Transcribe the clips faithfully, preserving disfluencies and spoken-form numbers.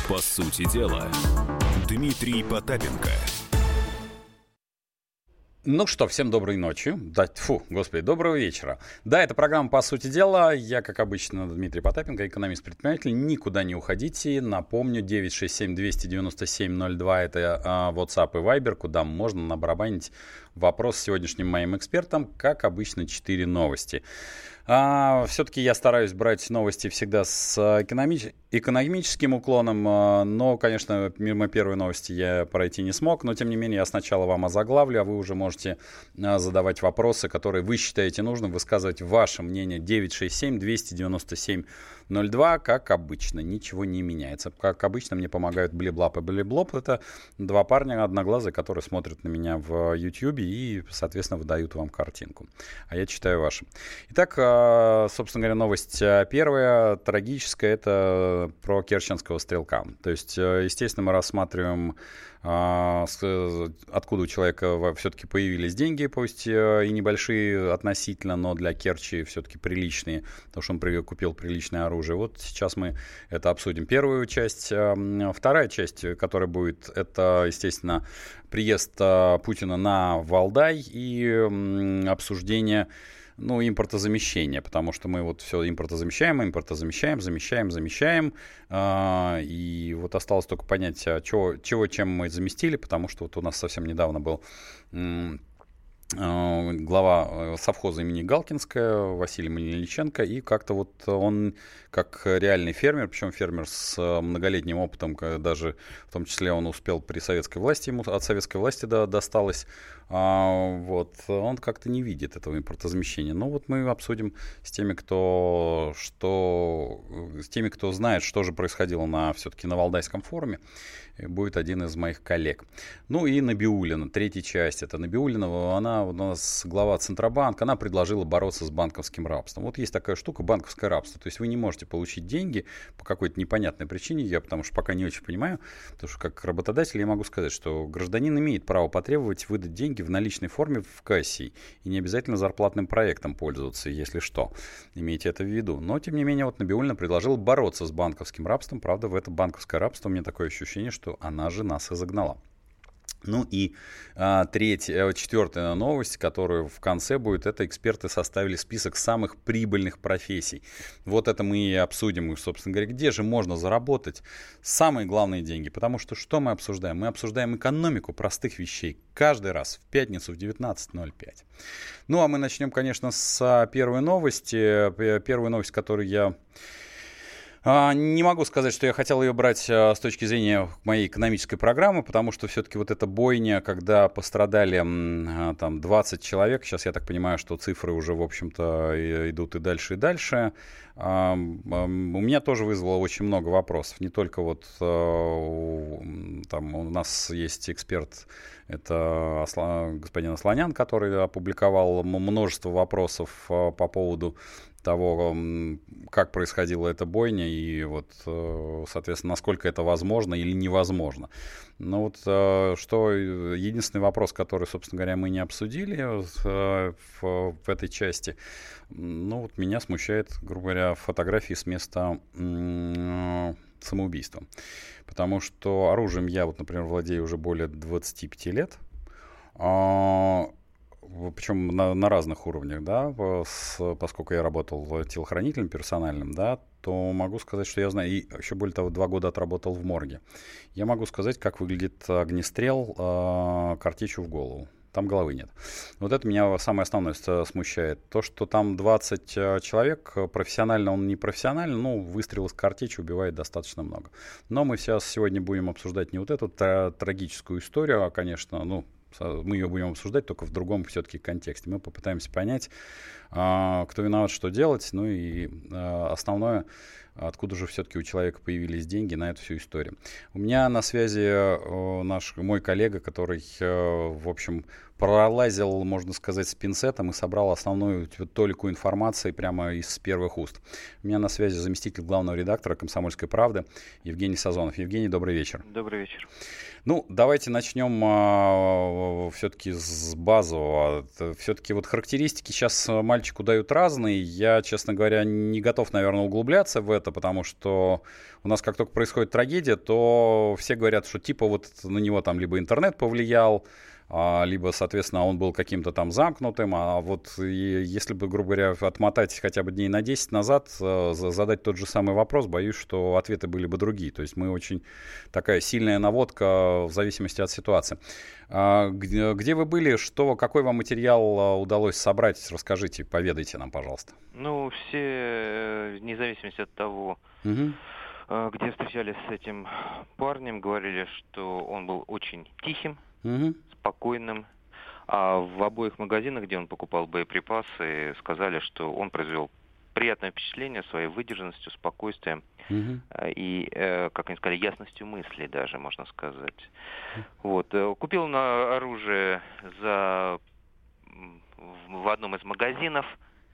По сути дела, Дмитрий Потапенко. Ну что, всем доброй ночи. Да, фу, господи, доброго вечера. Да, это программа «По сути дела». Я, как обычно, Дмитрий Потапенко, экономист-предприниматель. Никуда не уходите. Напомню, девять шесть семь двести девяносто семь ноль два это а, WhatsApp и Viber, куда можно набарабанить вопрос с сегодняшним моим экспертом. Как обычно, четыре новости. А, все-таки я стараюсь брать новости всегда с экономи- экономическим уклоном, но, конечно, мимо первой новости я пройти не смог, но, тем не менее, я сначала вам озаглавлю, а вы уже можете задавать вопросы, которые вы считаете нужным, высказывать ваше мнение. Девять шесть семь двести девяносто семь ноль два, как обычно, ничего не меняется. Как обычно, мне помогают Блиблап и Блиблоп. Это два парня одноглазые, которые смотрят на меня в YouTube и, соответственно, выдают вам картинку. А я читаю ваши. Итак, собственно говоря, новость первая, трагическая, это про керченского стрелка. То есть, естественно, мы рассматриваем, откуда у человека все-таки появились деньги, пусть и небольшие относительно, но для Керчи все-таки приличные, потому что он купил приличное оружие. Вот сейчас мы это обсудим. Первую часть. Вторая часть, которая будет, это, естественно, приезд Путина на Валдай и обсуждение, ну, импортозамещение, потому что мы вот все импортозамещаем, импортозамещаем, замещаем, замещаем, э, и вот осталось только понять, а чего, чего, чем мы заместили, потому что вот у нас совсем недавно был э, глава совхоза имени Галкинская Василий Мельниченко, и как-то вот он, как реальный фермер, причем фермер с многолетним опытом, даже в том числе он успел при советской власти, ему от советской власти до, досталось, а, вот, он как-то не видит этого импортозамещения. Но вот мы обсудим с теми, кто, что, с теми, кто знает, что же происходило на, все-таки на Валдайском форуме. Будет один из моих коллег. Ну и Набиуллина, третья часть. Это Набиуллина, она у нас глава Центробанка, она предложила бороться с банковским рабством. Вот есть такая штука, банковское рабство. То есть вы не можете получить деньги по какой-то непонятной причине, я потому что пока не очень понимаю, потому что как работодатель я могу сказать, что гражданин имеет право потребовать выдать деньги в наличной форме в кассе и не обязательно зарплатным проектом пользоваться, если что. Имейте это в виду. Но, тем не менее, вот Набиуллина предложила бороться с банковским рабством. Правда, в это банковское рабство у меня такое ощущение, что что она же нас и загнала. Ну и а, третья, четвертая новость, которая в конце будет, это эксперты составили список самых прибыльных профессий. Вот это мы и обсудим, и, собственно говоря, где же можно заработать самые главные деньги. Потому что что мы обсуждаем? Мы обсуждаем экономику простых вещей каждый раз в пятницу в девятнадцать ноль пять. Ну а мы начнем, конечно, с первой новости. Первую новость, которую я... Не могу сказать, что я хотел ее брать с точки зрения моей экономической программы, потому что все-таки вот эта бойня, когда пострадали там двадцать человек, сейчас я так понимаю, что цифры уже, в общем-то, идут и дальше, и дальше, у меня тоже вызвало очень много вопросов. Не только вот там у нас есть эксперт, это господин Асланян, который опубликовал множество вопросов по поводу того, как происходила эта бойня и вот, соответственно, насколько это возможно или невозможно. Но вот что единственный вопрос, который, собственно говоря, мы не обсудили в, в этой части, ну вот меня смущает, грубо говоря, фотографии с места самоубийства. Потому что оружием я, вот, например, владею уже более двадцати пяти лет. Причем на, на разных уровнях, да, с, поскольку я работал телохранителем персональным, да, то могу сказать, что я знаю, и еще более того, два года отработал в морге. Я могу сказать, как выглядит огнестрел э, картечью в голову. Там головы нет. Вот это меня самое основное смущает. То, что там двадцать человек, профессионально он не профессионально, ну, выстрел из картечи убивает достаточно много. Но мы сейчас сегодня будем обсуждать не вот эту трагическую историю, а, конечно, ну, мы ее будем обсуждать только в другом все-таки контексте. Мы попытаемся понять, кто виноват, что делать, ну и основное, откуда же все-таки у человека появились деньги на эту всю историю. У меня на связи наш, мой коллега, который, в общем, пролазил, можно сказать, с пинцетом и собрал основную толику информации прямо из первых уст. У меня на связи заместитель главного редактора «Комсомольской правды» Евгений Сазонов. Евгений, добрый вечер. Добрый вечер. Ну, давайте начнем а, все-таки с базового. Все-таки вот характеристики сейчас мальчику дают разный. Я, честно говоря, не готов, наверное, углубляться в это, потому что у нас как только происходит трагедия, то все говорят, что типа вот на него там либо интернет повлиял, либо, соответственно, он был каким-то там замкнутым, а вот если бы, грубо говоря, отмотать хотя бы дней на десять назад, задать тот же самый вопрос, боюсь, что ответы были бы другие. То есть мы очень такая сильная наводка в зависимости от ситуации. Где, где вы были, что, какой вам материал удалось собрать, расскажите, поведайте нам, пожалуйста. Ну, все, вне зависимости от того, угу. где встречались с этим парнем, говорили, что он был очень тихим, угу. спокойным. А в обоих магазинах, где он покупал боеприпасы, сказали, что он произвел приятное впечатление своей выдержанностью, спокойствием угу. и, как они сказали, ясностью мыслей даже, можно сказать. Вот. Купил он оружие за... в одном из магазинов.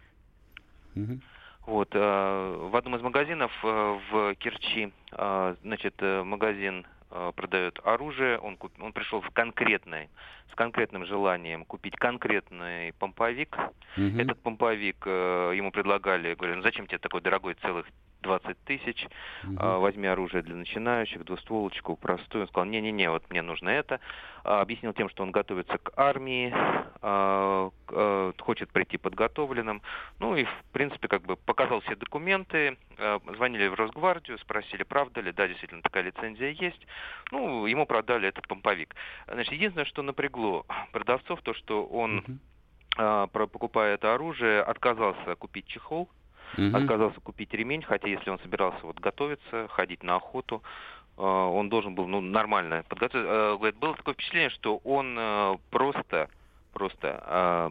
Угу. Вот. В одном из магазинов в Керчи, значит, магазин продает оружие, он, куп... он пришел в конкретный, с конкретным желанием купить конкретный помповик. Mm-hmm. Этот помповик э, ему предлагали, говорят, ну зачем тебе такой дорогой, целых двадцать тысяч, mm-hmm. э, возьми оружие для начинающих, двустволочку, простую. Он сказал, не-не-не, вот мне нужно это. Э, объяснил тем, что он готовится к армии, э, э, хочет прийти подготовленным. Ну и, в принципе, как бы показал все документы, э, звонили в Росгвардию, спросили, правда ли, да, действительно, такая лицензия есть. Ну, ему продали этот помповик. Значит, единственное, что напрягло продавцов, то, что он, uh-huh. э, покупая это оружие, отказался купить чехол, uh-huh. отказался купить ремень, хотя если он собирался вот готовиться, ходить на охоту, э, он должен был, ну, нормально подготовиться. Э, говорит, было такое впечатление, что он э, просто, просто... Э,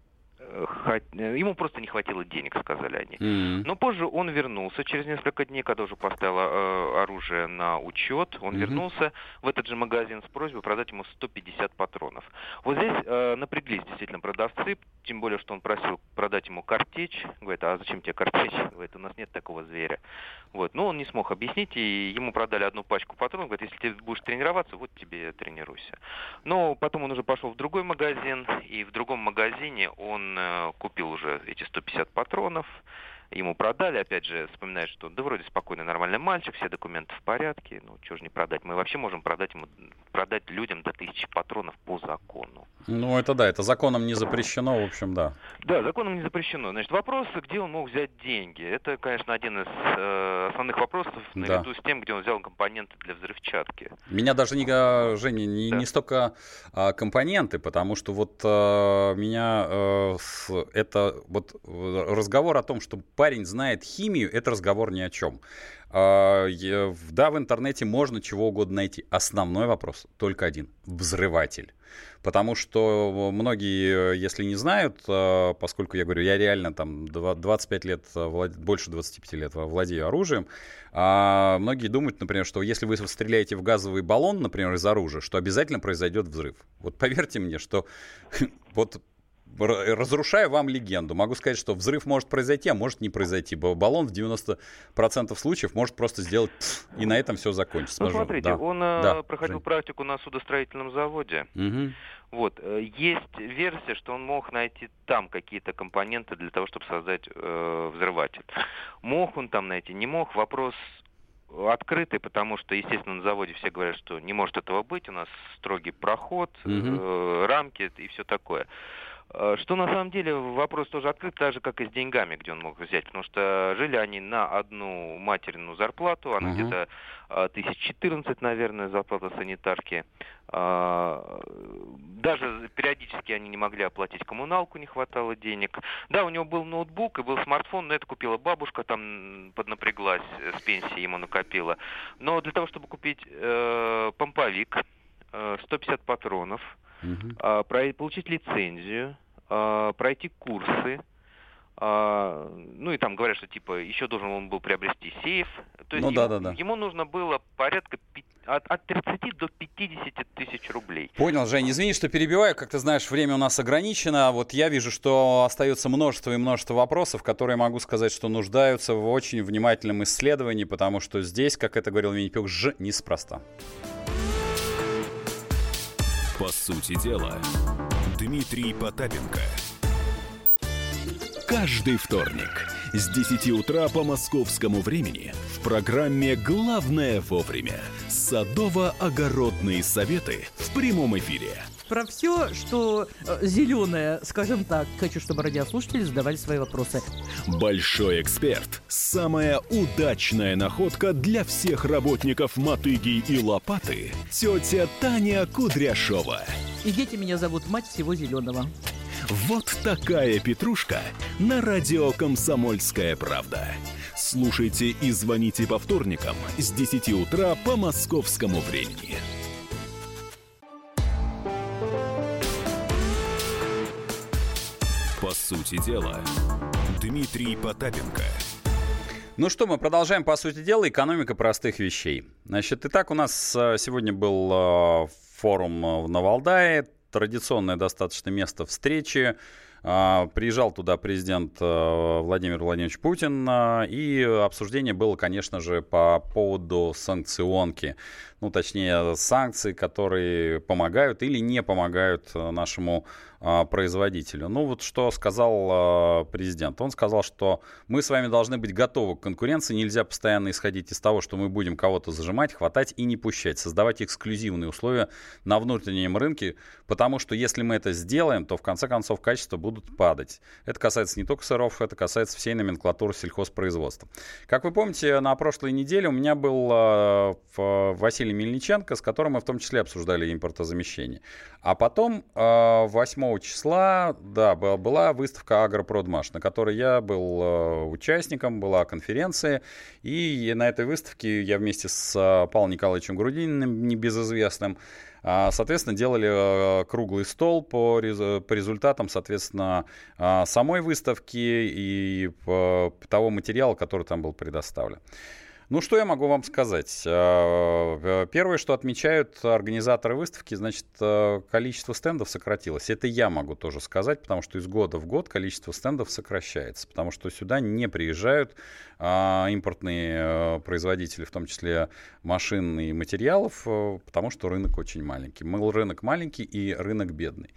ему просто не хватило денег, сказали они. Mm-hmm. Но позже он вернулся через несколько дней, когда уже поставил э, оружие на учет. Он mm-hmm. вернулся в этот же магазин с просьбой продать ему сто пятьдесят патронов. Вот здесь э, напряглись действительно продавцы, тем более, что он просил продать ему картечь. Говорит, а зачем тебе картечь? Говорит, у нас нет такого зверя. Вот. Но он не смог объяснить, и ему продали одну пачку патронов. Говорит, если ты будешь тренироваться, вот тебе тренируйся. Но потом он уже пошел в другой магазин, и в другом магазине он купил уже эти сто пятьдесят патронов, ему продали, опять же, вспоминает, что да вроде спокойный, нормальный мальчик, все документы в порядке, ну, чего же не продать. Мы вообще можем продать ему, продать людям до тысячи патронов по закону. Ну, это да, это законом не запрещено, в общем, да. Да, законом не запрещено. Значит, вопрос, где он мог взять деньги, это, конечно, один из э, основных вопросов, наряду да. с тем, где он взял компоненты для взрывчатки. Меня даже, не, Женя, не, да. не столько а, компоненты, потому что вот а, меня а, с, это вот разговор о том, что парень знает химию, это разговор ни о чем. Да, в интернете можно чего угодно найти. Основной вопрос только один – взрыватель. Потому что многие, если не знают, поскольку я говорю, я реально там двадцать пять лет, больше двадцати пяти лет владею оружием, многие думают, например, что если вы стреляете в газовый баллон, например, из оружия, что обязательно произойдет взрыв. Вот поверьте мне, что вот... разрушаю вам легенду. Могу сказать, что взрыв может произойти, а может не произойти. Баллон в девяносто процентов случаев может просто сделать и на этом все закончится. Ну, смотрите, да. он да. проходил Жень. практику на судостроительном заводе. Угу. Вот. Есть версия, что он мог найти там какие-то компоненты для того, чтобы создать э, взрыватель. Мог он там найти, не мог. Вопрос открытый, потому что, естественно, на заводе все говорят, что не может этого быть. У нас строгий проход, угу. э, рамки и все такое. Что на самом деле вопрос тоже открыт, так же, как и с деньгами, где он мог взять, потому что жили они на одну материнную зарплату, она uh-huh. где-то тысяч четырнадцать, наверное, зарплата санитарки. Даже периодически они не могли оплатить коммуналку, не хватало денег. Да, у него был ноутбук и был смартфон, но это купила бабушка, там поднапряглась, с пенсии ему накопила. Но для того, чтобы купить э, помповик, э, сто пятьдесят патронов, Uh-huh. про, получить лицензию, а, пройти курсы, а, ну и там говорят, что типа еще должен он был приобрести сейф. То есть ну, ему, да, да, да. ему нужно было порядка от, от тридцати до пятидесяти тысяч рублей. Понял, Жень, извини, что перебиваю. Как ты знаешь, время у нас ограничено. Вот я вижу, что остается множество и множество вопросов, которые, могу сказать, что нуждаются в очень внимательном исследовании, потому что здесь, как это говорил Винни-Пух, ж неспроста. По сути дела, Дмитрий Потапенко. каждый вторник с десяти утра по московскому времени в программе «Главное вовремя» садово-огородные советы в прямом эфире. Про все, что э, зеленое, скажем так. Хочу, чтобы радиослушатели задавали свои вопросы. Большой эксперт. Самая удачная находка для всех работников мотыги и лопаты. Тетя Таня Кудряшова. И дети меня зовут мать всего зеленого. Вот такая петрушка на радио «Комсомольская правда». Слушайте и звоните по вторникам с десяти утра по московскому времени. По сути дела, Дмитрий Потапенко. Ну что, мы продолжаем, по сути дела, экономика простых вещей. Значит, итак, у нас сегодня был форум на Валдае, традиционное достаточно место встречи. Приезжал туда президент Владимир Владимирович Путин, и обсуждение было, конечно же, по поводу санкционки. Ну, точнее, санкций, которые помогают или не помогают нашему производителю. Ну, вот что сказал президент. Он сказал, что мы с вами должны быть готовы к конкуренции. Нельзя постоянно исходить из того, что мы будем кого-то зажимать, хватать и не пущать. Создавать эксклюзивные условия на внутреннем рынке, потому что если мы это сделаем, то в конце концов качество будут падать. Это касается не только сыров, это касается всей номенклатуры сельхозпроизводства. Как вы помните, на прошлой неделе у меня был Василий Мельниченко, с которым мы в том числе обсуждали импортозамещение. А потом восьмого числа, да, была выставка «Агропродмаш», на которой я был участником, была конференция, и на этой выставке я вместе с Павлом Николаевичем Грудининым, небезызвестным, соответственно, делали круглый стол по результатам, соответственно, самой выставки и того материала, который там был предоставлен. Ну, что я могу вам сказать? Первое, что отмечают организаторы выставки, значит, количество стендов сократилось. Это я могу тоже сказать, потому что из года в год количество стендов сокращается, потому что сюда не приезжают импортные производители, в том числе машин и материалов, потому что рынок очень маленький. Мол, рынок маленький и рынок бедный.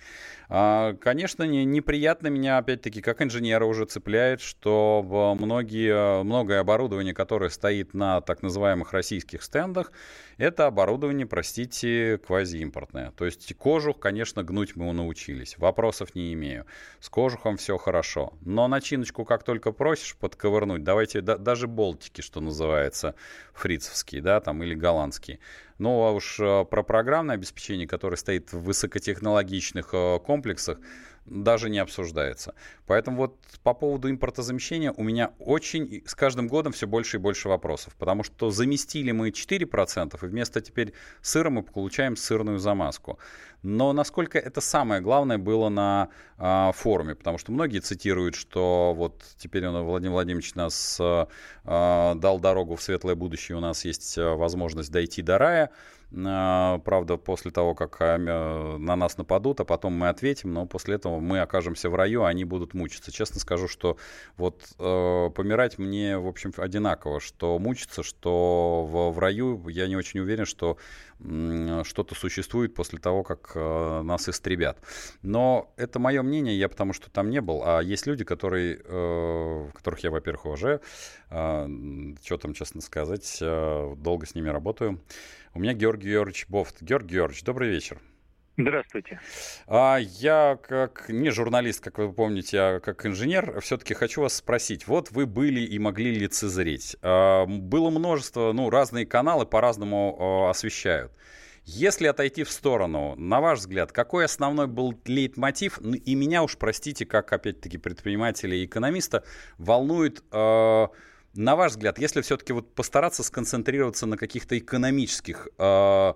Конечно, неприятно меня, опять-таки, как инженера уже цепляет, что многие, многое оборудование, которое стоит на так называемых российских стендах, это оборудование, простите, квазиимпортное. То есть кожух, конечно, гнуть мы научились. Вопросов не имею. С кожухом все хорошо. Но начиночку, как только просишь подковырнуть, давайте да, даже болтики, что называется, фрицевские, да, там, или голландские. Ну, а уж про программное обеспечение, которое стоит в высокотехнологичных комплексах, даже не обсуждается. Поэтому вот по поводу импортозамещения у меня очень с каждым годом все больше и больше вопросов. Потому что заместили мы четыре процента, и вместо теперь сыра мы получаем сырную замазку. Но насколько это самое главное было на а, форуме? Потому что многие цитируют, что вот теперь он, Владимир Владимирович нас а, дал дорогу в светлое будущее, у нас есть возможность дойти до рая. Правда, после того, как на нас нападут, а потом мы ответим, но после этого мы окажемся в раю, а они будут мучиться. Честно скажу, что вот э, помирать мне, в общем, одинаково, что мучиться, что в, в раю я не очень уверен, что э, что-то существует после того, как э, нас истребят. Но это мое мнение, я потому что там не был, а есть люди, которые, э, которых я, во-первых, уважаю, э, что там, честно сказать, э, долго с ними работаю. У меня Георгий Георгиевич Бофт. Георгий Георгиевич, добрый вечер. Здравствуйте. А я, как не журналист, как вы помните, а как инженер, все-таки хочу вас спросить. Вот вы были и могли лицезреть. А, было множество, ну, разные каналы по-разному а, освещают. Если отойти в сторону, на ваш взгляд, какой основной был лейтмотив? И меня уж, простите, как, опять-таки, предпринимателя и экономиста, волнует... А, на ваш взгляд, если все-таки вот постараться сконцентрироваться на каких-то экономических э,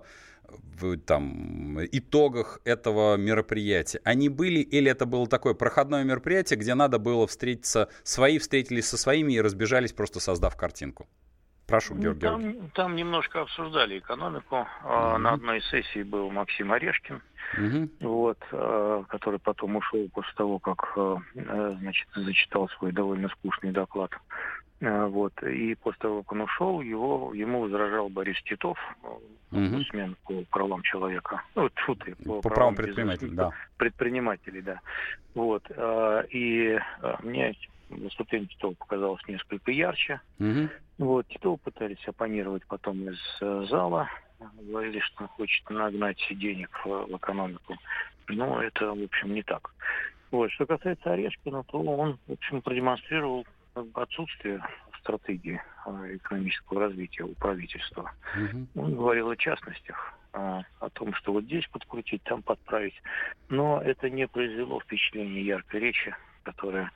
там, итогах этого мероприятия, они были или это было такое проходное мероприятие, где надо было встретиться, свои встретились со своими и разбежались, просто создав картинку? Прошу, Георгий там, Георгиевич. Там немножко обсуждали экономику. Mm-hmm. На одной сессии был Максим Орешкин, mm-hmm. вот, который потом ушел после того, как, значит, зачитал свой довольно скучный доклад. Вот. И после того, как он ушел, его, ему возражал Борис Титов, омбудсмен угу. по правам человека. Ну, шуты, по, по правам предпринимателей, да. Предпринимателей, да. Вот. И мне выступление Титова показалось несколько ярче. Угу. Вот. Титова пытались оппонировать потом из зала. Говорили, что он хочет нагнать денег в, в экономику. Но это, в общем, не так. Вот. Что касается Орешкина, то он, в общем, продемонстрировал отсутствие стратегии экономического развития у правительства. Угу. Он говорил о частностях, о том, что вот здесь подкрутить, там подправить. Но это не произвело впечатления яркой речи, которая,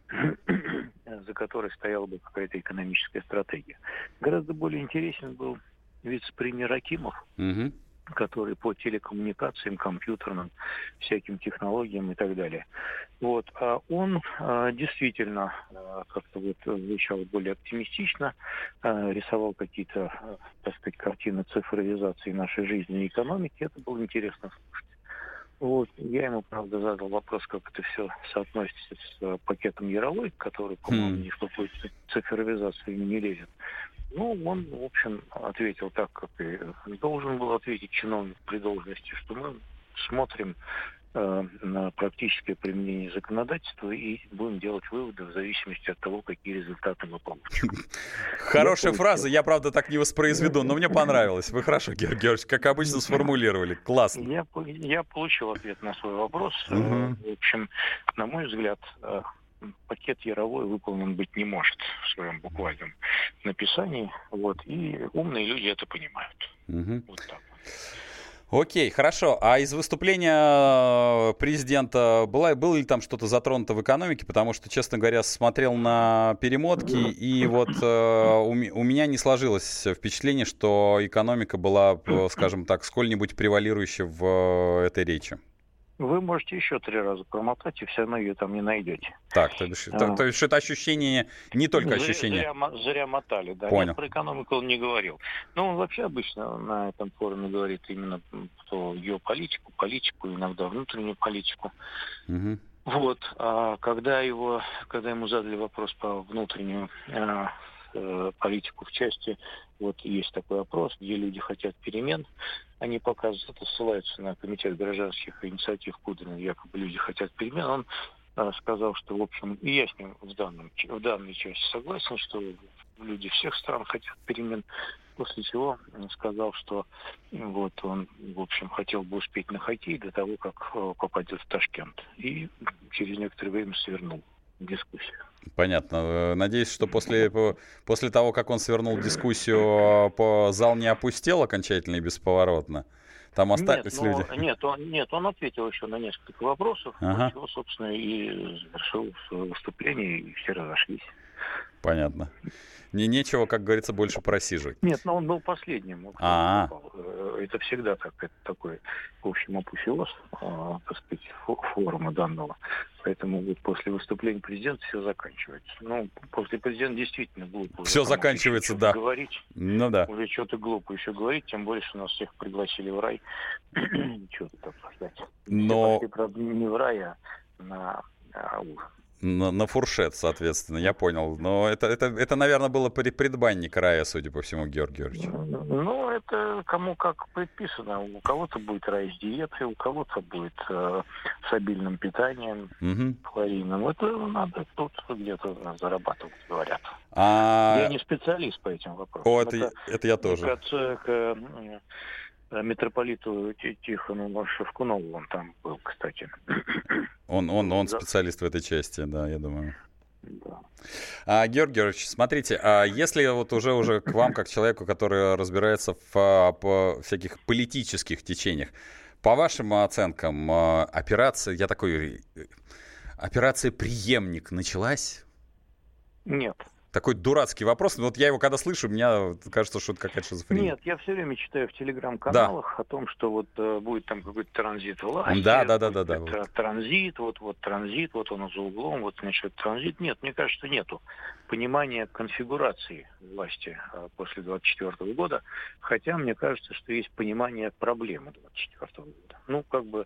за которой стояла бы какая-то экономическая стратегия. Гораздо более интересен был вице-премьер Акимов, угу. который по телекоммуникациям, компьютерным, всяким технологиям и так далее. Вот. А он а, действительно а, как-то вот звучал более оптимистично, а, рисовал какие-то, а, так сказать, картины цифровизации нашей жизни и экономики. Это было интересно слушать. Вот. Я ему, правда, задал вопрос, как это все соотносится с а, пакетом Яровой, который, по-моему, ни в какую цифровизацию не лезет. Ну, он, в общем, ответил так, как и должен был ответить чиновник при должности, что мы смотрим э, на практическое применение законодательства и будем делать выводы в зависимости от того, какие результаты мы получим. Хорошая фраза, я, правда, так не воспроизведу, но мне понравилось. Вы хорошо, Георгий Георгиевич, как обычно сформулировали. Классно. Я, я получил ответ на свой вопрос. Угу. В общем, на мой взгляд, пакет Яровой выполнен быть не может в своем буквальном написании. Вот, и умные люди это понимают. Угу. Вот так. Окей, хорошо. А из выступления президента было, было ли там что-то затронуто в экономике? Потому что, честно говоря, смотрел на перемотки, и вот э, у, у меня не сложилось впечатление, что экономика была, скажем так, сколь-нибудь превалирующей в этой речи. Вы можете еще три раза промотать, и все равно ее там не найдете. Так, то есть, а, то, то есть это ощущение, не только ощущение. Зря, зря мотали, да. Понял. Нет, про экономику он не говорил. Но он вообще обычно на этом форуме говорит именно про геополитику, политику, иногда внутреннюю политику. Угу. Вот, а когда его, когда ему задали вопрос по внутреннюю а, э, политику в части, вот есть такой опрос, где люди хотят перемен, они показывают, это ссылаются на комитет гражданских инициатив Кудрина, якобы люди хотят перемен, он а, сказал, что, в общем, и я с ним в, данном, в данной части согласен, что люди всех стран хотят перемен, после чего он сказал, что вот он, в общем, хотел бы успеть на хоккей до того, как попадет в Ташкент, и через некоторое время свернул дискуссию. Понятно. Надеюсь, что после, после того, как он свернул дискуссию, по зал не опустел окончательно и бесповоротно. Там остались нет, люди. Но, нет, он, нет, он ответил еще на несколько вопросов, ага. чего, собственно, и завершил свое выступление, и все разошлись. Понятно. Не нечего, как говорится, больше просиживать. Нет, но он был последним. Это всегда так, это такой, в общем, апофеоз, так сказать, форума данного. Поэтому вот после выступления президента все заканчивается. Ну, после президента действительно глупо. Все заканчивается, да. Говорить. Ну да. Уже что-то глупо еще говорить, тем более, что нас всех пригласили в рай. Что тут обсуждать? Но... Все пошли, правда, не в рай, а на ужин. На, на фуршет, соответственно, я понял. Но это, это, это наверное, было предбанник рая, судя по всему, Георгий Георгиевич. Ну, это кому как предписано. У кого-то будет рай с диетой, у кого-то будет э, с обильным питанием, угу. калорийным. Это надо тут где-то зарабатывать, говорят. А... Я не специалист по этим вопросам. О, это, это, это я тоже. К, к, к митрополиту Тихону Шевкунову он там был, кстати. Он, он, он специалист в этой части, да, я думаю. Да. А, Георгий Георгиевич, смотрите, а если вот уже, уже к вам, как человеку, который разбирается в по всяких политических течениях, по вашим оценкам, операция, я такой, операция «Преемник» началась? Нет. Такой дурацкий вопрос, но вот я его когда слышу, мне кажется, что это какая-то шизофрения. Нет, я все время читаю в телеграм-каналах да. о том, что вот э, будет там какой-то транзит власти. Да, да, да, да, да. Вот. Транзит, вот, вот транзит, вот он за углом, вот значит транзит. Нет, мне кажется, нету понимания конфигурации власти э, после двадцать четвёртого года, хотя мне кажется, что есть понимание проблемы двадцать четвёртого года. Ну, как бы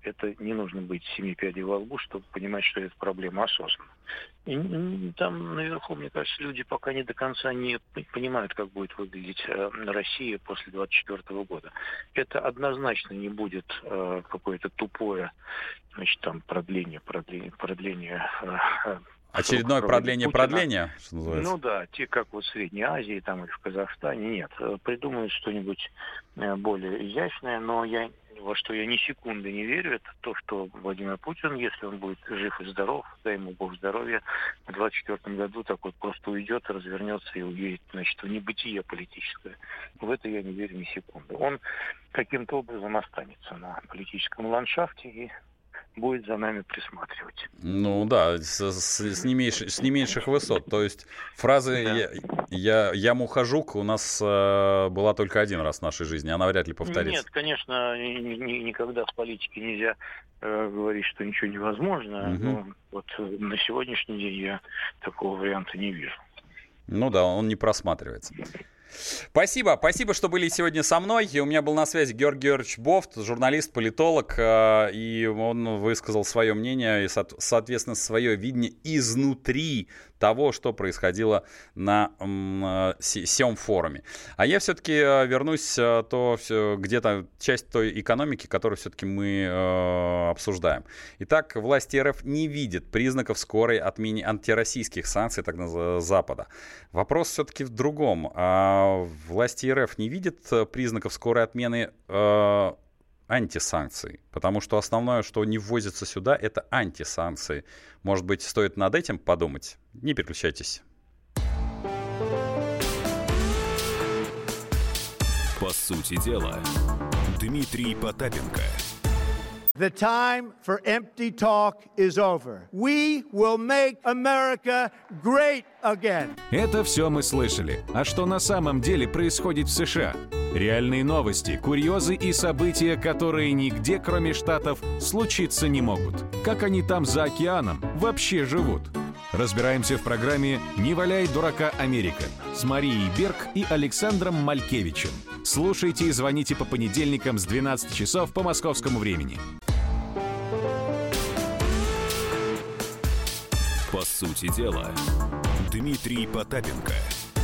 это не нужно быть семи пядей во лбу, чтобы понимать, что эта проблема осознанна. И, и там наверху, мне кажется, люди пока не до конца не понимают, как будет выглядеть э, Россия после двадцать четвёртого года. Это однозначно не будет э, какое-то тупое, значит, там продление, продление, продление. Э, Очередное продление Путина. продления, что называется? Ну да, те, как вот в Средней Азии там, или в Казахстане, нет. Придумают что-нибудь более изящное, но я во что я ни секунды не верю, это то, что Владимир Путин, если он будет жив и здоров, дай ему Бог здоровья, в двадцать четвёртом году так вот просто уйдет, развернется и уедет, значит, в небытие политическое. В это я не верю ни секунды. Он каким-то образом останется на политическом ландшафте и будет за нами присматривать. Ну да, с, с, с, не меньш, с не меньших высот. То есть фраза да. я, я, «я мухожук» у нас э, была только один раз в нашей жизни, она вряд ли повторится. Нет, конечно, ни, ни, никогда в политике нельзя э, говорить, что ничего невозможно, угу. но вот на сегодняшний день я такого варианта не вижу. Ну да, он не просматривается. Спасибо, спасибо, что были сегодня со мной. И у меня был на связи Георгий Георгиевич Бофт, журналист, политолог, и он высказал свое мнение и, соответственно, свое видение изнутри того, что происходило на сём форуме. А я все-таки вернусь то где-то часть той экономики, которую все-таки мы э, обсуждаем. Итак, власти РФ не видят признаков скорой отмены антироссийских санкций так называемого Запада. Вопрос все-таки в другом. А власти РФ не видят признаков скорой отмены э, антисанкций, потому что основное, что не ввозится сюда, это антисанкции. Может быть, стоит над этим подумать? Не переключайтесь. По сути дела, Дмитрий Потапенко. The time for empty talk is over. We will make America great again. Это все мы слышали. А что на самом деле происходит в США? Реальные новости, курьезы и события, которые нигде, кроме Штатов, случиться не могут. Как они там за океаном вообще живут? Разбираемся в программе «Не валяй дурака, Америка» с Марией Берг и Александром Малькевичем. Слушайте и звоните по понедельникам с двенадцати часов по московскому времени. По сути дела, Дмитрий Потапенко.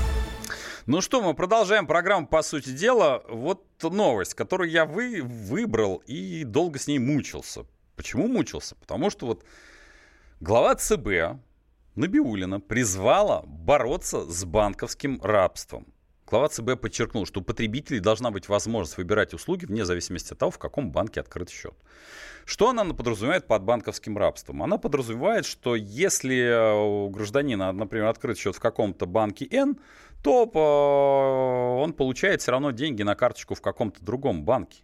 Ну что, мы продолжаем программу «По сути дела». Вот новость, которую я вы, выбрал и долго с ней мучился. Почему мучился? Потому что вот глава ЦБ Набиуллина призвала бороться с банковским рабством. Глава ЦБ подчеркнул, что у потребителей должна быть возможность выбирать услуги вне зависимости от того, в каком банке открыт счет. Что она подразумевает под банковским рабством? Она подразумевает, что если у гражданина, например, открыт счет в каком-то банке N, то он получает все равно деньги на карточку в каком-то другом банке.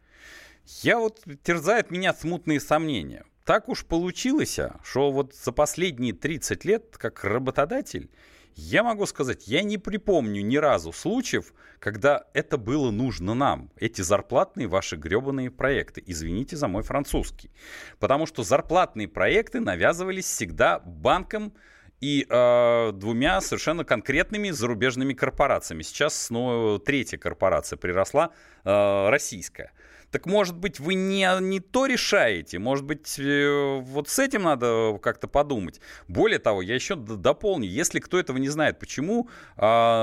Я вот терзает меня смутные сомнения. Так уж получилось, что вот за последние тридцать лет, как работодатель, я могу сказать, я не припомню ни разу случаев, когда это было нужно нам. Эти зарплатные ваши гребаные проекты. Извините за мой французский. Потому что зарплатные проекты навязывались всегда банкам и э, двумя совершенно конкретными зарубежными корпорациями. Сейчас ну, третья корпорация приросла, э, российская. Так, может быть, вы не, не то решаете, может быть, э, вот с этим надо как-то подумать. Более того, я еще дополню, если кто этого не знает, почему э,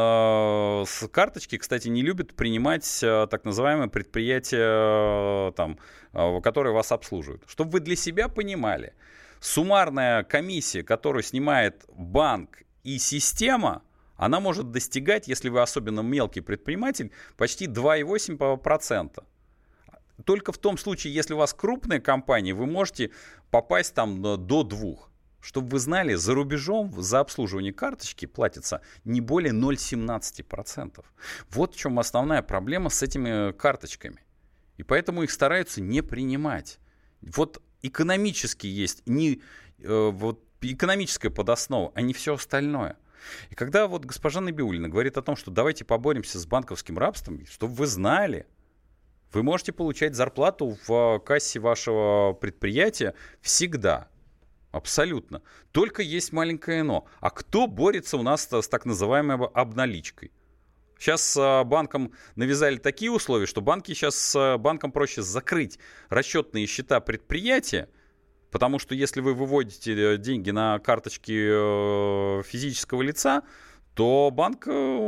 с карточки, кстати, не любят принимать э, так называемые предприятия, э, там, э, которые вас обслуживают. Чтобы вы для себя понимали, суммарная комиссия, которую снимает банк и система, она может достигать, если вы особенно мелкий предприниматель, почти два целых восемь десятых процента. Только в том случае, если у вас крупная компания, вы можете попасть там до двух. Чтобы вы знали, за рубежом за обслуживание карточки платится не более ноль целых семнадцать сотых процента. Вот в чем основная проблема с этими карточками. И поэтому их стараются не принимать. Вот экономически есть не, э, вот экономическая подоснова, а не все остальное. И когда вот госпожа Набиуллина говорит о том, что давайте поборемся с банковским рабством, чтобы вы знали, вы можете получать зарплату в кассе вашего предприятия всегда. Абсолютно. Только есть маленькое «но». А кто борется у нас с так называемой обналичкой? Сейчас банкам навязали такие условия, что банки сейчас, банкам проще закрыть расчетные счета предприятия, потому что если вы выводите деньги на карточки физического лица, то банк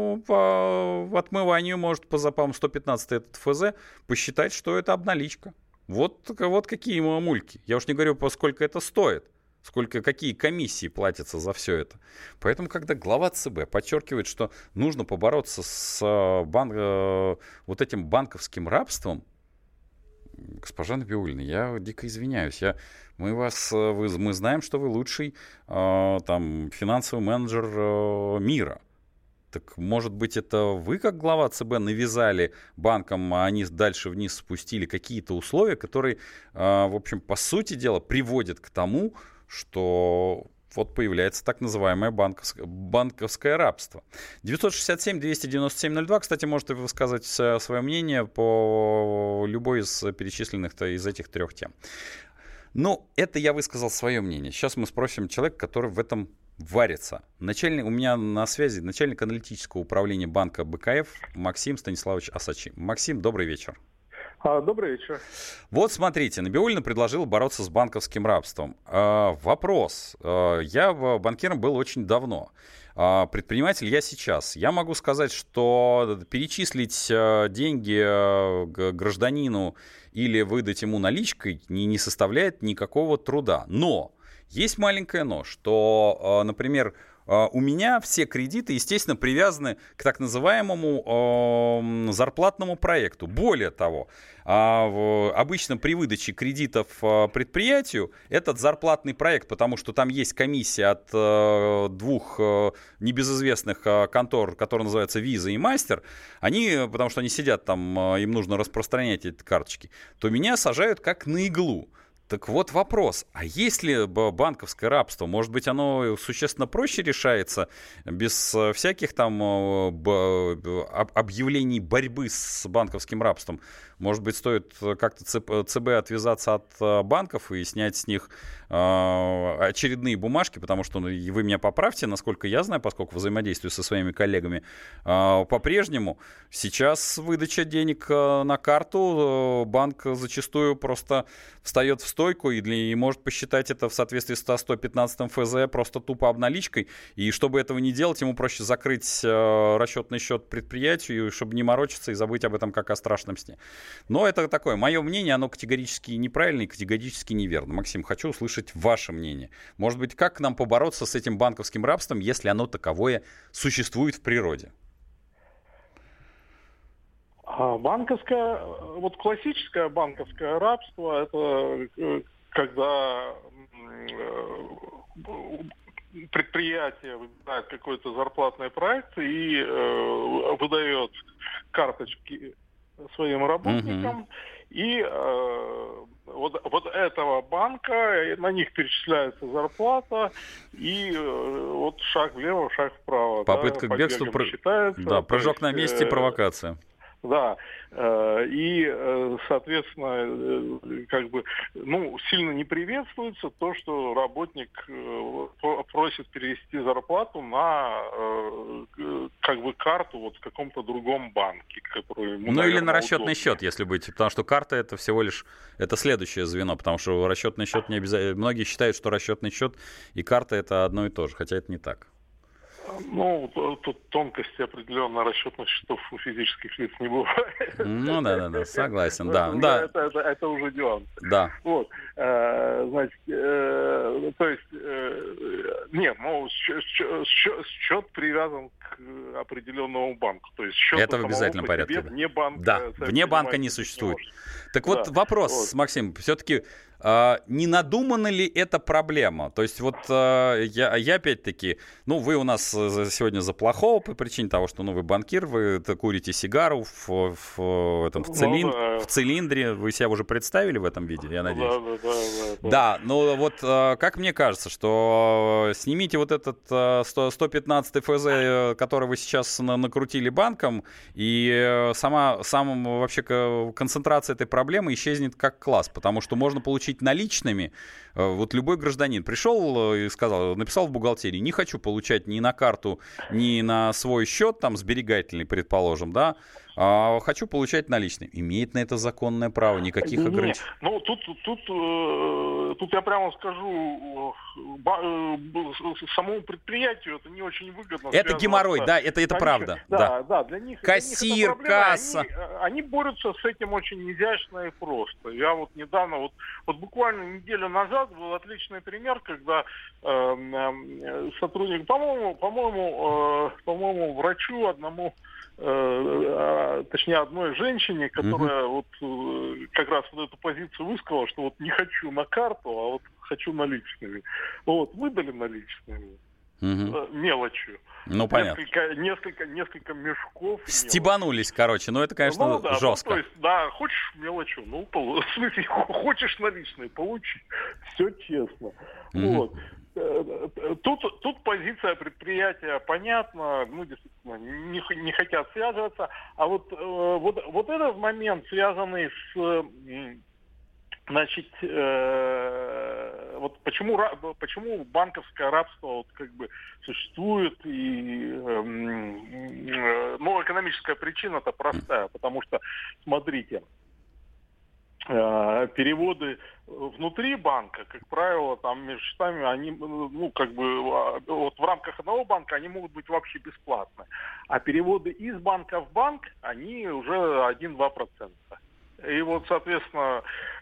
по отмыванию может по запам сто пятнадцать этот эф зэ посчитать, что это обналичка. Вот, вот какие мамульки. Я уж не говорю, сколько это стоит, сколько, какие комиссии платятся за все это. Поэтому, когда глава ЦБ подчеркивает, что нужно побороться с бан... вот этим банковским рабством, госпожа Набиуллина, я дико извиняюсь. Я... Мы, вас, вы, мы знаем, что вы лучший э, там, финансовый менеджер э, мира. Так, может быть, это вы, как глава ЦБ, навязали банкам, а они дальше вниз спустили какие-то условия, которые, э, в общем, по сути дела, приводят к тому, что вот появляется так называемое банковское, банковское рабство. девятьсот шестьдесят семь двести девяносто семь ноль два. Кстати, можете высказать свое мнение по любой из перечисленных из этих трех тем. Ну, это я высказал свое мнение. Сейчас мы спросим человека, который в этом варится. Начальник, у меня на связи начальник аналитического управления банка бэ ка эф Максим Станиславович Осадчий. Максим, добрый вечер. А, добрый вечер. Вот смотрите, Набиуллина предложила бороться с банковским рабством. А, вопрос. А, я банкиром был очень давно. А, предприниматель я сейчас. Я могу сказать, что перечислить а, деньги а, гражданину или выдать ему наличкой не, не составляет никакого труда. Но есть маленькое но, что, а, например, у меня все кредиты, естественно, привязаны к так называемому э, зарплатному проекту. Более того, э, в, обычно при выдаче кредитов э, предприятию этот зарплатный проект, потому что там есть комиссия от э, двух э, небезызвестных э, контор, которые называются Visa и Master, они, потому что они сидят там, э, им нужно распространять эти карточки, то меня сажают как на иглу. Так вот вопрос, а есть ли банковское рабство? Может быть, оно существенно проще решается, без всяких там объявлений борьбы с банковским рабством? Может быть, стоит как-то ЦБ отвязаться от банков и снять с них очередные бумажки, потому что, ну, вы меня поправьте, насколько я знаю, поскольку взаимодействую со своими коллегами, по-прежнему сейчас выдача денег на карту, банк зачастую просто встает в стойку и, для, и может посчитать это в соответствии с сто пятнадцатым эф зэ просто тупо обналичкой. И чтобы этого не делать, ему проще закрыть э, расчетный счет предприятию, чтобы не морочиться и забыть об этом как о страшном сне. Но это такое, мое мнение, оно категорически неправильно и категорически неверно. Максим, хочу услышать ваше мнение. Может быть, как нам побороться с этим банковским рабством, если оно таковое существует в природе? Банковское, вот классическое банковское рабство, это когда предприятие выбирает какой-то зарплатный проект и э, выдает карточки своим работникам, угу. и э, вот, вот этого банка, на них перечисляется зарплата, и э, вот шаг влево, шаг вправо. Попытка да, к бегству, про... да, прыжок на месте, э, провокация. Да, и, соответственно, как бы, ну, сильно не приветствуется то, что работник просит перевести зарплату на, как бы, карту вот в каком-то другом банке, который ему, ну, наверное, или на расчетный удобнее. счет, если быть, потому что карта это всего лишь, это следующее звено, потому что расчетный счет не обязательно, многие считают, что расчетный счет и карта это одно и то же, хотя это не так. Ну, тут тонкости определенно расчетных счетов у физических лиц не бывает. Ну, да-да-да, согласен, да. Это, да. это, это, это уже нюанс. Да. Вот, э, значит, э, то есть, э, нет, ну, счет, счет, счет привязан к определенному банку. То есть счет это в обязательном порядке. Да. Вне банка, да, вне банка не существует. Не так да. вот вопрос, вот. Максим, все-таки... Uh, не надумана ли эта проблема? То есть вот uh, я, я опять-таки, ну вы у нас сегодня за плохого по причине того, что ну, вы банкир, вы курите сигару в, в, в, этом, в, цилинд... ну, да. в цилиндре, вы себя уже представили в этом виде, я надеюсь? Да, да, да. Да, да. да но вот uh, как мне кажется, что uh, снимите вот этот uh, сто пятнадцатый эф зэ, который вы сейчас на- накрутили банком, и uh, сама, сама вообще концентрация этой проблемы исчезнет как класс, потому что можно получить получить наличными, вот любой гражданин пришел и сказал, написал в бухгалтерии, не хочу получать ни на карту, ни на свой счет, там, сберегательный, предположим, да, а хочу получать наличные. Имеет на это законное право, никаких Нет, ограничений. Ну, тут, тут, тут, тут я прямо скажу, самому предприятию это не очень выгодно. Это геморрой, да, это, это правда. Да, да, да, для них, кассир, для них касса. Они, они борются с этим очень изящно и просто. Я вот недавно, вот, вот буквально неделю назад был отличный пример, когда э, э, сотрудник, по-моему, по-моему, э, по-моему, врачу одному, э, точнее одной женщине, которая uh-huh. вот э, как раз вот эту позицию высказала, что вот не хочу на карту, а вот хочу наличными. Вот, выдали наличными. Uh-huh. Мелочью. Ну, понятно. Несколько, несколько, несколько мешков. Стебанулись, короче. Ну, это, конечно, ну, да, жестко. Ну, то есть, да, хочешь мелочью, ну, в смысле, хочешь наличные, получи. Все честно. Mm-hmm. Вот. Тут, тут позиция предприятия понятна, ну, действительно, не, не хотят связываться. А вот, вот, вот этот момент, связанный с... Значит, э, вот почему, почему банковское рабство вот как бы существует, и, э, ну, экономическая причина-то простая, потому что, смотрите, э, переводы внутри банка, как правило, там между счетами, они, ну, как бы, вот в рамках одного банка они могут быть вообще бесплатны, а переводы из банка в банк, они уже один-два процента. И вот, соответственно,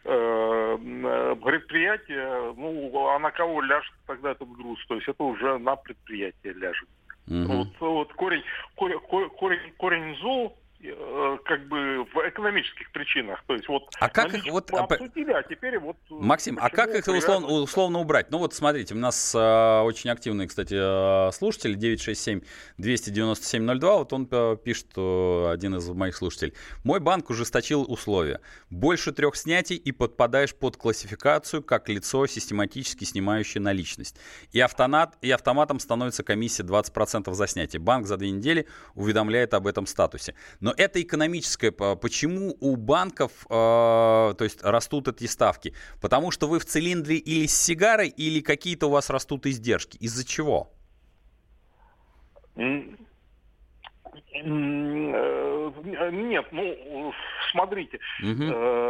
предприятие, ну, а на кого ляжет тогда этот груз? То есть это уже на предприятие ляжет. Mm-hmm. Вот, вот корень, корень, корень, корень зол, как бы в экономических причинах. То есть вот, а как их вот обсудили, а теперь вот... Максим, а как их условно, условно убрать? Ну вот смотрите, у нас э, очень активный, кстати, э, слушатель девять шесть семь двести девяносто семь ноль два, вот он э, пишет, э, один из моих слушателей. Мой банк ужесточил условия. Больше трех снятий и подпадаешь под классификацию как лицо, систематически снимающее наличность. И, автомат, и автоматом становится комиссия двадцать процентов за снятие. Банк за две недели уведомляет об этом статусе. Но это экономическое. Почему у банков э, то есть растут эти ставки? Потому что вы в цилиндре или с сигарой, или какие-то у вас растут издержки? Из-за чего? Нет, ну, смотрите. Угу.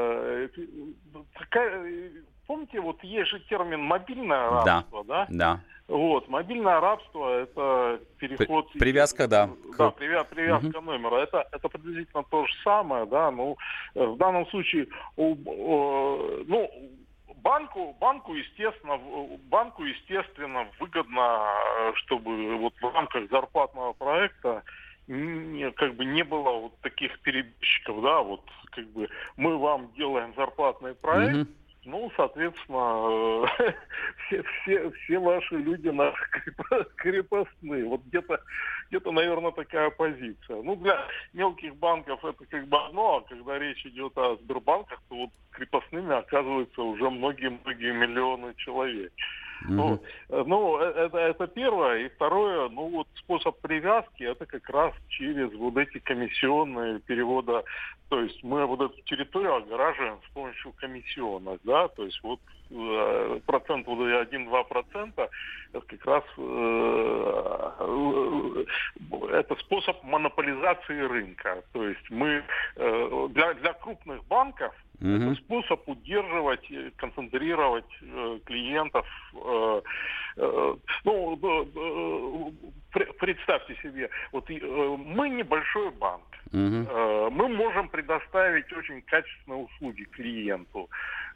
Помните, вот есть же термин «мобильное рабство», да? Да. Вот, мобильное рабство – это переход… Привязка, да. Да, привязка, привязка угу. номера. Это, это приблизительно то же самое, да, ну, в данном случае, ну, банку, банку, естественно, банку, естественно, выгодно, чтобы вот в рамках зарплатного проекта не, как бы не было вот таких перебежчиков, да, вот, как бы мы вам делаем зарплатный проект, угу. Ну, соответственно, все, все, все ваши люди наши крепостные. Вот где-то, где-то, наверное, такая позиция. Ну, для мелких банков это как бы одно, а когда речь идет о Сбербанках, то вот крепостными оказывается уже многие-многие миллионы человек. Mm-hmm. Ну, ну это, это первое. И второе, ну вот способ привязки, это как раз через вот эти комиссионные перевода. То есть мы вот эту территорию огораживаем с помощью комиссионных, да, то есть вот э, процент, вот один-два процента, это как раз э, э, это способ монополизации рынка. То есть мы э, для, для крупных банков mm-hmm. это способ удерживать, концентрировать э, клиентов. Э, э, ну, э, представьте себе, вот э, мы небольшой банк. Uh-huh. Э, мы можем предоставить очень качественные услуги клиенту.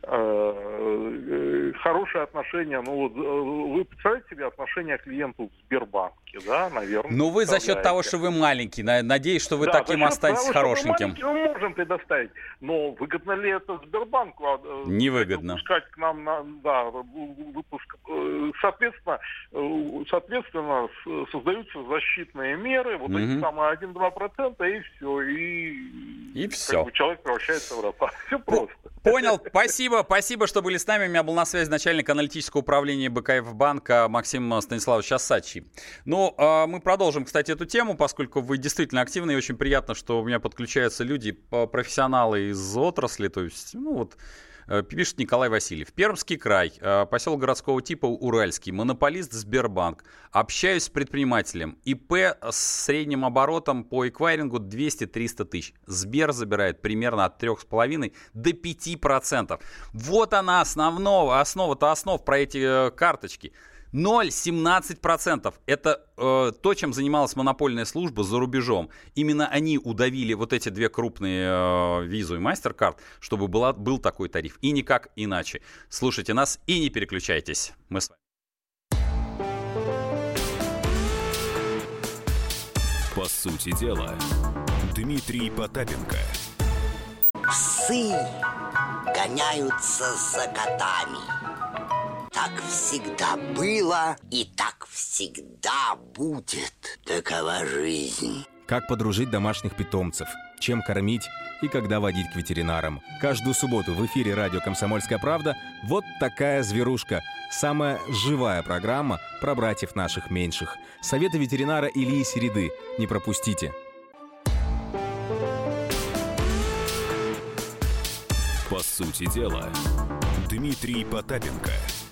Э, хорошие отношения. Ну, вот, вы представляете себе отношения к клиенту в Сбербанке, да, наверное? Ну, вы за счет того, что вы маленький, надеюсь, что вы да, таким останетесь того, хорошеньким. Мы можем предоставить, но выгодно ли это Сбербанку? Невыгодно. Выпускать к нам, на, да, выпуск. Соответственно, соответственно, создаются защитные меры, вот uh-huh. эти самые один-два процента, и все. И, и все. Бы, человек превращается в раба. Все просто. Понял. Спасибо. Спасибо, что были с нами. У меня был на связи начальник аналитического управления БКФ банка Максим Станиславович Осадчий. Ну, мы продолжим, кстати, эту тему, поскольку вы действительно активны, и очень приятно, что у меня подключаются люди, профессионалы из отрасли, то есть, ну вот, Пишет Николай Васильев. Пермский край, поселок городского типа Уральский, монополист Сбербанк. Общаюсь с предпринимателем. ИП с средним оборотом по эквайрингу двести-триста тысяч. Сбер забирает примерно от трех с половиной до пяти процентов. Вот она основного, основа-то основ про эти карточки. ноль целых семнадцать сотых процента. Это э, то, чем занималась монопольная служба за рубежом. Именно они удавили вот эти две крупные э, визу и MasterCard, чтобы была, был такой тариф. И никак иначе. Слушайте нас и не переключайтесь. Мы с вами. По сути дела, Дмитрий Потапенко. Псы гоняются за котами. Так всегда было и так всегда будет. Такова жизнь. Как подружить домашних питомцев, чем кормить и когда водить к ветеринарам. Каждую субботу в эфире радио «Комсомольская правда» вот такая зверушка. Самая живая программа про братьев наших меньших. Советы ветеринара Ильи Середы. Не пропустите. По сути дела, Дмитрий Потапенко.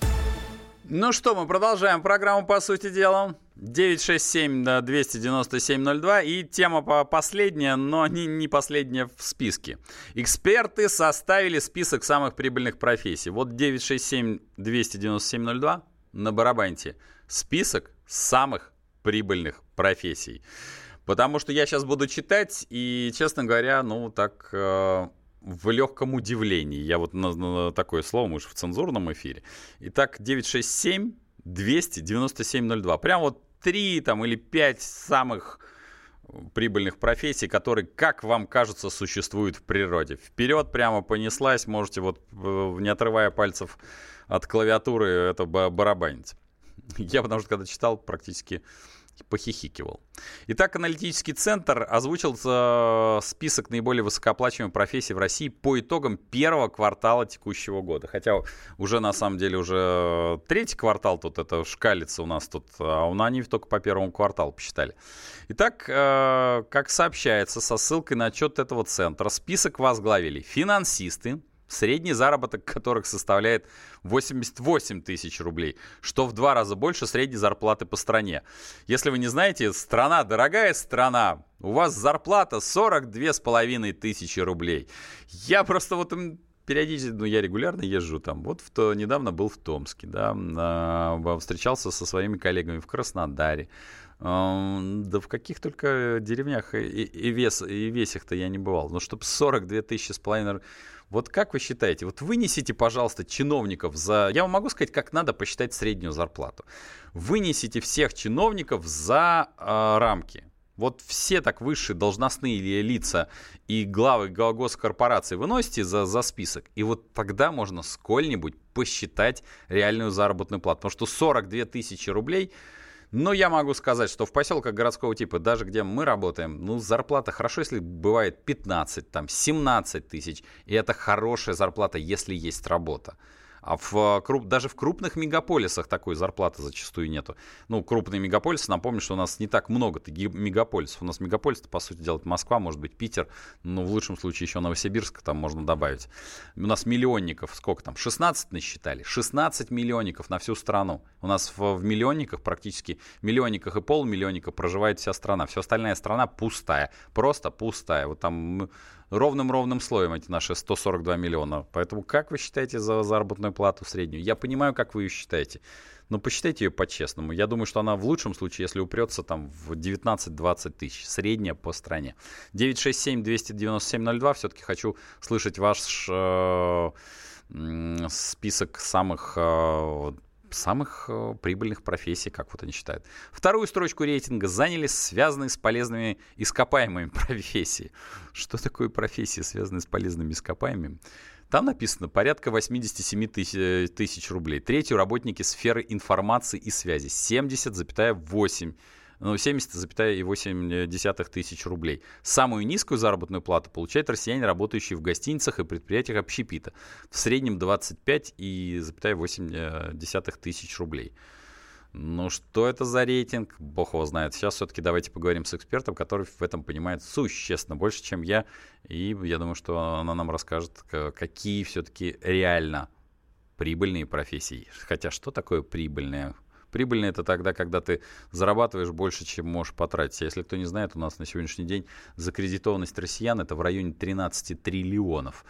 Ну что, мы продолжаем программу «По сути дела». девять шесть семь двести девяносто семь ноль два. И тема последняя, но не, не последняя в списке. Эксперты составили список самых прибыльных профессий. Вот девять шесть семь двести девяносто семь ноль два на барабанте. Список самых прибыльных профессий. Потому что я сейчас буду читать, и, честно говоря, ну так... Э- в легком удивлении. Я вот на, на такое слово, мы же в цензурном эфире. Итак, девять шесть семь двести девяносто семь ноль два. Прям вот три там, или пять самых прибыльных профессий, которые, как вам кажется, существуют в природе. Вперед прямо понеслась. Можете вот, не отрывая пальцев от клавиатуры, это барабанить. Я потому что, когда читал, практически... похихикивал. Итак, аналитический центр озвучил э, список наиболее высокооплачиваемых профессий в России по итогам первого квартала текущего года. Хотя уже на самом деле уже третий квартал тут это шкалится у нас тут, а у нас они только по первому кварталу посчитали. Итак, э, как сообщается со ссылкой на отчет этого центра, список возглавили финансисты, средний заработок которых составляет восемьдесят восемь тысяч рублей, что в два раза больше средней зарплаты по стране. Если вы не знаете, страна, дорогая страна, у вас зарплата сорок две с половиной тысячи рублей. Я просто вот периодически, ну я регулярно езжу там, вот в то, недавно был в Томске, да, э, встречался со своими коллегами в Краснодаре. Да в каких только деревнях и, и, вес, и весях-то я не бывал. Но чтобы сорок две тысячи с половиной... Вот как вы считаете? Вот вынесите, пожалуйста, чиновников за... Я вам могу сказать, как надо посчитать среднюю зарплату. Вынесите всех чиновников за э, рамки. Вот все так высшие должностные лица и главы госкорпораций выносите за, за список. И вот тогда можно сколь-нибудь посчитать реальную заработную плату. Потому что сорок две тысячи рублей... Но я могу сказать, что в поселках городского типа, даже где мы работаем, ну, зарплата хорошо, если бывает пятнадцать, там, семнадцать тысяч. И это хорошая зарплата, если есть работа. А в, даже в крупных мегаполисах такой зарплаты зачастую нету. Ну, крупные мегаполисы, напомню, что у нас не так много мегаполисов. У нас мегаполис, по сути дела, Москва, может быть, Питер. Ну, в лучшем случае еще Новосибирск там можно добавить. У нас миллионников, сколько там, шестнадцать насчитали? шестнадцать миллионников на всю страну. У нас в, в миллионниках, практически миллионниках и полумиллионниках проживает вся страна. Вся остальная страна пустая, просто пустая. Вот там... ровным-ровным слоем эти наши сто сорок два миллиона. Поэтому как вы считаете за заработную плату среднюю? Я понимаю, как вы ее считаете. Но посчитайте ее по-честному. Я думаю, что она в лучшем случае, если упрется там в девятнадцать-двадцать тысяч. Средняя по стране. девять шесть семь двести девяносто семь ноль два. Все-таки хочу слышать ваш э, э, список самых... Э, самых э, прибыльных профессий, как вот они считают. Вторую строчку рейтинга заняли связанные с полезными ископаемыми профессии. Что такое профессии, связанные с полезными ископаемыми? Там написано порядка восемьдесят семь тысяч рублей. Третью работники сферы информации и связи. семьдесят целых восемь ну, семьдесят целых восемь десятых тысяч рублей. Самую низкую заработную плату получают россияне, работающие в гостиницах и предприятиях общепита. В среднем двадцать пять целых восемь десятых тысяч рублей. Ну, что это за рейтинг? Бог его знает. Сейчас все-таки давайте поговорим с экспертом, который в этом понимает существенно больше, чем я. И я думаю, что она нам расскажет, какие все-таки реально прибыльные профессии. Хотя что такое прибыльное? Прибыльное — это тогда, когда ты зарабатываешь больше, чем можешь потратить. Если кто не знает, у нас на сегодняшний день закредитованность россиян — это в районе тринадцать триллионов.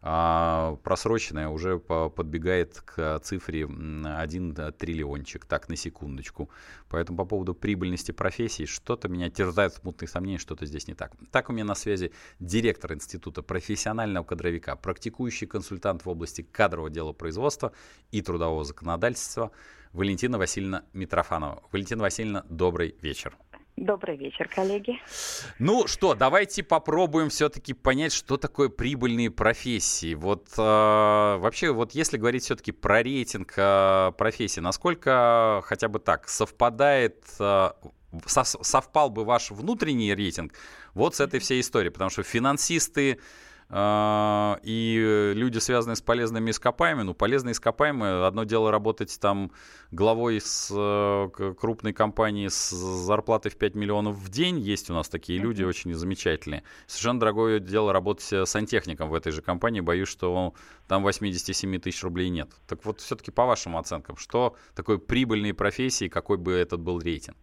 А просроченная уже подбегает к цифре один триллиончик, так, на секундочку. Поэтому по поводу прибыльности профессии что-то меня терзает смутные сомнения, что-то здесь не так. Так, у меня на связи директор Института профессионального кадровика, практикующий консультант в области кадрового делопроизводства и трудового законодательства Валентина Васильевна Митрофанова. Валентина Васильевна, добрый вечер. Добрый вечер, коллеги. Ну что, давайте попробуем все-таки понять, что такое прибыльные профессии. Вот э, вообще, вот если говорить все-таки про рейтинг э, профессий, насколько хотя бы так совпадает, э, сов, совпал бы ваш внутренний рейтинг вот с этой всей историей? Потому что финансисты э, и люди, связанные с полезными ископаемыми, ну, полезные ископаемые, одно дело работать там главой с э, крупной компании с зарплатой в пять миллионов в день, есть у нас такие люди mm-hmm. очень замечательные. Совершенно другое дело работать сантехником в этой же компании, боюсь, что там восемьдесят семь тысяч рублей нет. Так вот, все-таки по вашим оценкам, что такое прибыльные профессии, какой бы этот был рейтинг?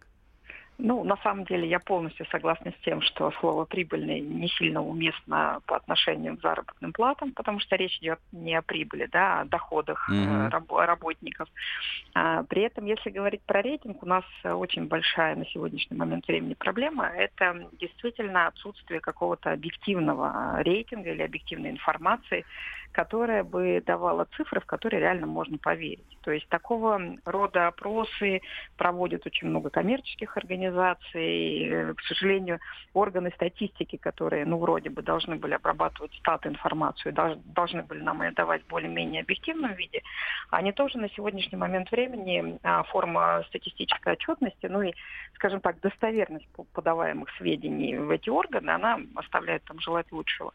Ну, на самом деле, я полностью согласна с тем, что слово «прибыльный» не сильно уместно по отношению к заработным платам, потому что речь идет не о прибыли, да, а о доходах mm-hmm. раб- работников. А, при этом, если говорить про рейтинг, у нас очень большая на сегодняшний момент времени проблема. Это действительно отсутствие какого-то объективного рейтинга или объективной информации, которая бы давала цифры, в которые реально можно поверить. То есть такого рода опросы проводят очень много коммерческих организаций. К сожалению, органы статистики, которые, ну, вроде бы должны были обрабатывать стат-информацию, должны были нам ее давать в более-менее объективном виде, они тоже на сегодняшний момент времени, форма статистической отчетности, ну и, скажем так, достоверность подаваемых сведений в эти органы, она оставляет там желать лучшего.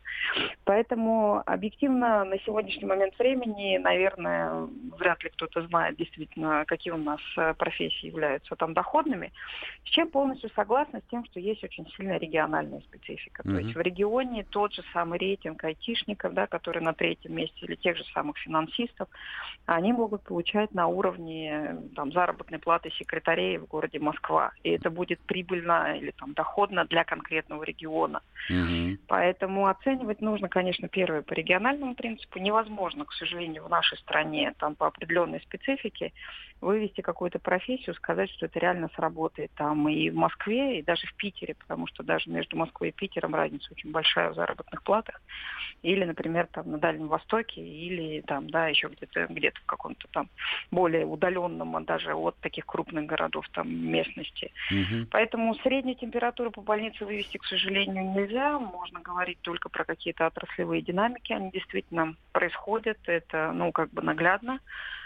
Поэтому объективно на сегодняшний момент времени, наверное, вряд ли кто-то знает действительно, какие у нас профессии являются там доходными, с чем полностью согласна, с тем, что есть очень сильная региональная специфика. Mm-hmm. То есть в регионе тот же самый рейтинг айтишников, да, который на третьем месте, или тех же самых финансистов, они могут получать на уровне там, заработной платы секретарей в городе Москва. И это будет прибыльно или там, доходно для конкретного региона. Mm-hmm. Поэтому оценивать нужно, конечно, первое по региональному принципу. Невозможно, к сожалению, в нашей стране там по определенной специфике вывести какую-то профессию, сказать, что это реально сработает там и в Москве, и даже в Питере, потому что даже между Москвой и Питером разница очень большая в заработных платах. Или, например, там на Дальнем Востоке, или там, да, еще где-то, где-то в каком-то там более удаленном, даже от таких крупных городов там местности. Mm-hmm. Поэтому среднюю температуру по больнице вывести, к сожалению, нельзя. Можно говорить только про какие-то отраслевые динамики. Они действительно происходят, это, ну, как бы наглядно.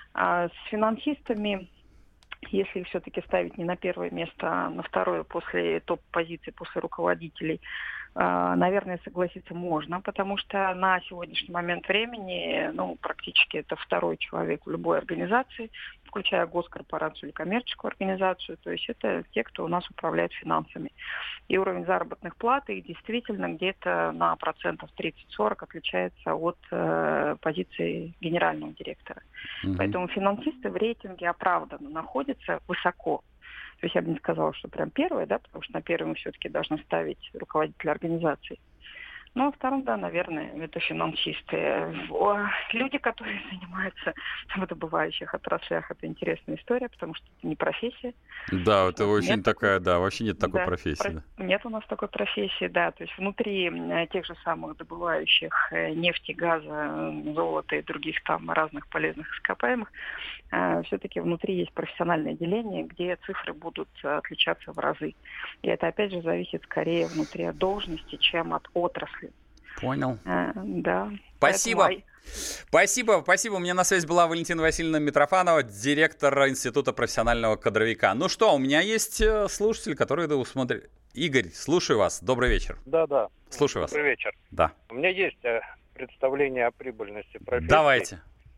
А с финансистами, если все-таки ставить не на первое место, а на второе после топ-позиций, после руководителей, наверное, согласиться можно, потому что на сегодняшний момент времени, ну, практически это второй человек в любой организации, включая госкорпорацию или коммерческую организацию, то есть это те, кто у нас управляет финансами. И уровень заработных плат их действительно где-то на процентов тридцать-сорок отличается от э, позиции генерального директора. Mm-hmm. Поэтому финансисты в рейтинге оправданно находятся высоко. То есть я бы не сказала, что прям первое, да, потому что на первое мы все-таки должны ставить руководителя организации. Ну, а втором, да, наверное, это финансисты. Люди, которые занимаются в добывающих отраслях, это интересная история, потому что это не профессия. Да, это очень нет такая, такой... да, вообще нет такой да, профессии. Про... Нет у нас такой профессии, да. То есть внутри тех же самых добывающих нефти, газа, золота и других там разных полезных ископаемых, все-таки внутри есть профессиональное деление, где цифры будут отличаться в разы. И это, опять же, зависит скорее внутри от должности, чем от отрасли. Понял. А, да. Спасибо. Поэтому... Спасибо, спасибо. У меня на связи была Валентина Васильевна Митрофанова, директор Института профессионального кадровика. Ну что, у меня есть слушатель, который да, смотрит. Игорь, слушаю вас. Добрый вечер. Да, да. Слушаю вас. Добрый вечер. Да. У меня есть представление о прибыльности профессии. Давайте.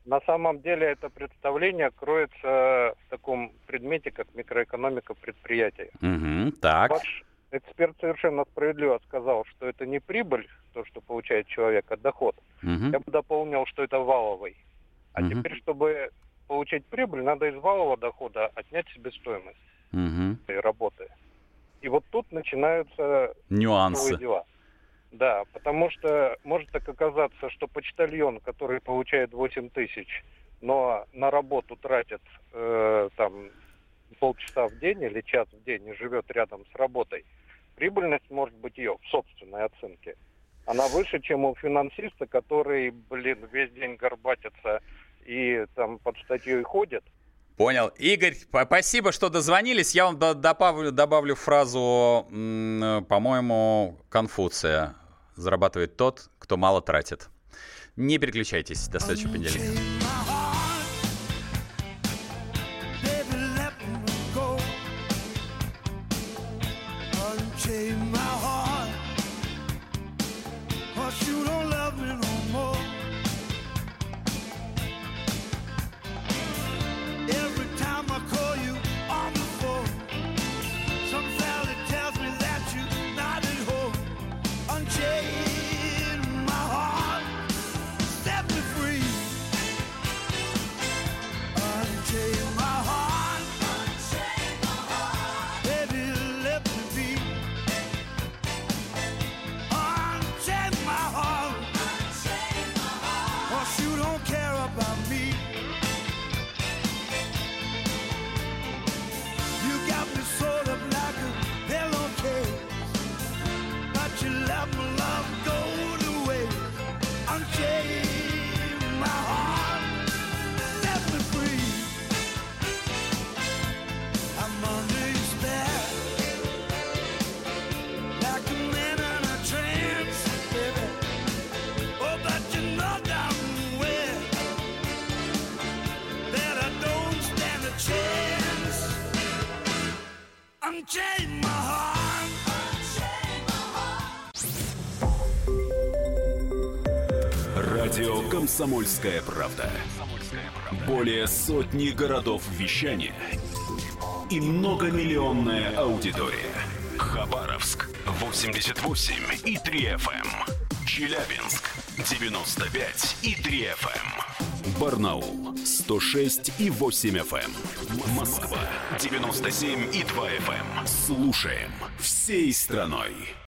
На самом деле это представление кроется в таком предмете, как микроэкономика предприятия. Угу, так. Ваш эксперт совершенно справедливо сказал, что это не прибыль, то, что получает человек, а доход. Угу. Я бы дополнил, что это валовый. А угу. теперь, чтобы получить прибыль, надо из валового дохода отнять себестоимость угу. этой работы. И вот тут начинаются нюансы. Дела. Да, потому что может так оказаться, что почтальон, который получает восемь тысяч, но на работу тратит э, там полчаса в день или час в день и живет рядом с работой, прибыльность может быть ее в собственной оценке. Она выше, чем у финансиста, который, блин, весь день горбатится и там под статьей ходит. Понял. Игорь, спасибо, что дозвонились. Я вам добавлю, добавлю фразу, по-моему, Конфуция. Зарабатывает тот, кто мало тратит. Не переключайтесь. До следующего понедельника. Радио «Комсомольская правда». Более сотни городов вещания и многомиллионная аудитория. Хабаровск восемьдесят восемь и три эф эм, Челябинск девяносто пять и три эф эм, Барнаул сто шесть и восемь эф эм, Москва девяносто семь и два эф эм. Слушаем всей страной.